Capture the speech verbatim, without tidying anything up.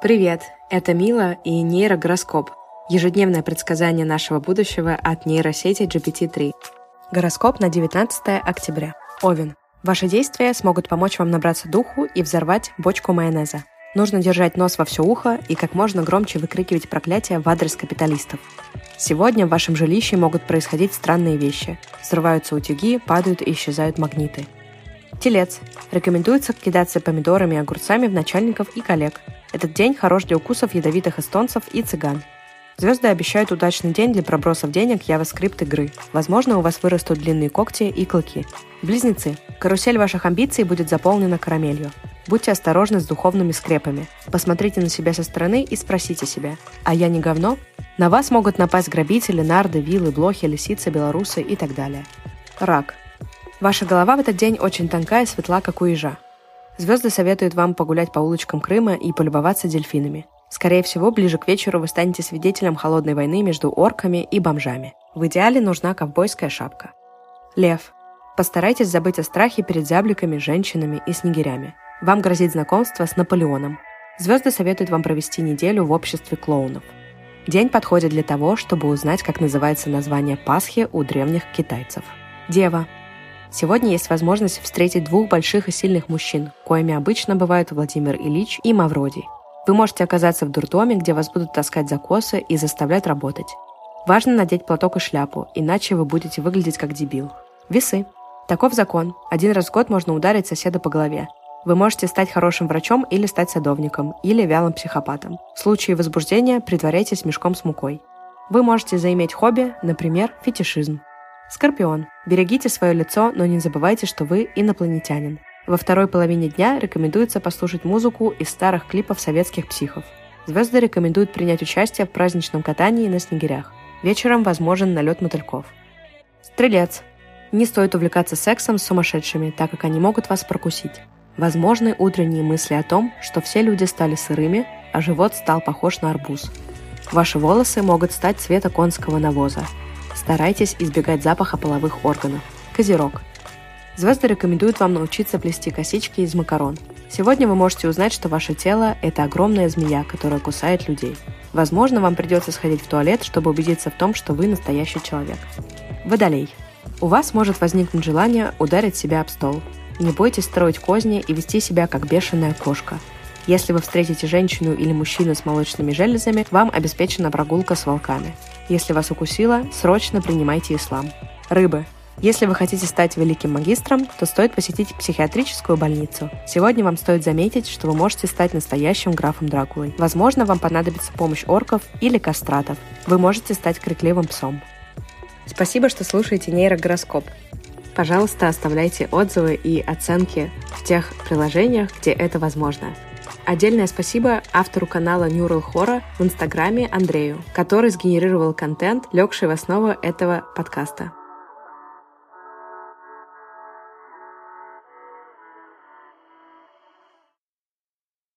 Привет, это Мила и нейрогороскоп. Ежедневное предсказание нашего будущего от нейросети джи пи ти три. Гороскоп на девятнадцатое октября. Овен. Ваши действия смогут помочь вам набраться духу и взорвать бочку майонеза. Нужно держать нос во все ухо и как можно громче выкрикивать проклятия в адрес капиталистов. Сегодня в вашем жилище могут происходить странные вещи. Срываются утюги, падают и исчезают магниты. Телец. Рекомендуется кидаться помидорами и огурцами в начальников и коллег. Этот день хорош для укусов ядовитых эстонцев и цыган. Звезды обещают удачный день для пробросов денег JavaScript игры. Возможно, у вас вырастут длинные когти и клыки. Близнецы. Карусель ваших амбиций будет заполнена карамелью. Будьте осторожны с духовными скрепами. Посмотрите на себя со стороны и спросите себя: «А я не говно?» На вас могут напасть грабители, нарды, вилы, блохи, лисицы, белорусы и так далее. Рак. Ваша голова в этот день очень тонкая и светла, как у ежа. Звезды советуют вам погулять по улочкам Крыма и полюбоваться дельфинами. Скорее всего, ближе к вечеру вы станете свидетелем холодной войны между орками и бомжами. В идеале нужна ковбойская шапка. Лев. Постарайтесь забыть о страхе перед зябликами, женщинами и снегирями. Вам грозит знакомство с Наполеоном. Звезды советуют вам провести неделю в обществе клоунов. День подходит для того, чтобы узнать, как называется название Пасхи у древних китайцев. Дева. Сегодня есть возможность встретить двух больших и сильных мужчин, коими обычно бывают Владимир Ильич и Мавродий. Вы можете оказаться в дурдоме, где вас будут таскать за косы и заставлять работать. Важно надеть платок и шляпу, иначе вы будете выглядеть как дебил. Весы. Таков закон. Один раз в год можно ударить соседа по голове. Вы можете стать хорошим врачом или стать садовником, или вялым психопатом. В случае возбуждения притворяйтесь мешком с мукой. Вы можете заиметь хобби, например, фетишизм. Скорпион. Берегите свое лицо, но не забывайте, что вы инопланетянин. Во второй половине дня рекомендуется послушать музыку из старых клипов советских психов. Звезды рекомендуют принять участие в праздничном катании на снегирях. Вечером возможен налет мотыльков. Стрелец. Не стоит увлекаться сексом с сумасшедшими, так как они могут вас прокусить. Возможны утренние мысли о том, что все люди стали сырыми, а живот стал похож на арбуз. Ваши волосы могут стать цвета конского навоза. Старайтесь избегать запаха половых органов. Козерог. Звезды рекомендуют вам научиться плести косички из макарон. Сегодня вы можете узнать, что ваше тело – это огромная змея, которая кусает людей. Возможно, вам придется сходить в туалет, чтобы убедиться в том, что вы настоящий человек. Водолей. У вас может возникнуть желание ударить себя об стол. Не бойтесь строить козни и вести себя как бешеная кошка. Если вы встретите женщину или мужчину с молочными железами, вам обеспечена прогулка с волками. Если вас укусило, срочно принимайте ислам. Рыбы. Если вы хотите стать великим магистром, то стоит посетить психиатрическую больницу. Сегодня вам стоит заметить, что вы можете стать настоящим графом Дракулой. Возможно, вам понадобится помощь орков или кастратов. Вы можете стать крикливым псом. Спасибо, что слушаете нейрогороскоп. Пожалуйста, оставляйте отзывы и оценки в тех приложениях, где это возможно. Отдельное спасибо автору канала Neural Horror в Инстаграме Андрею, который сгенерировал контент, легший в основу этого подкаста.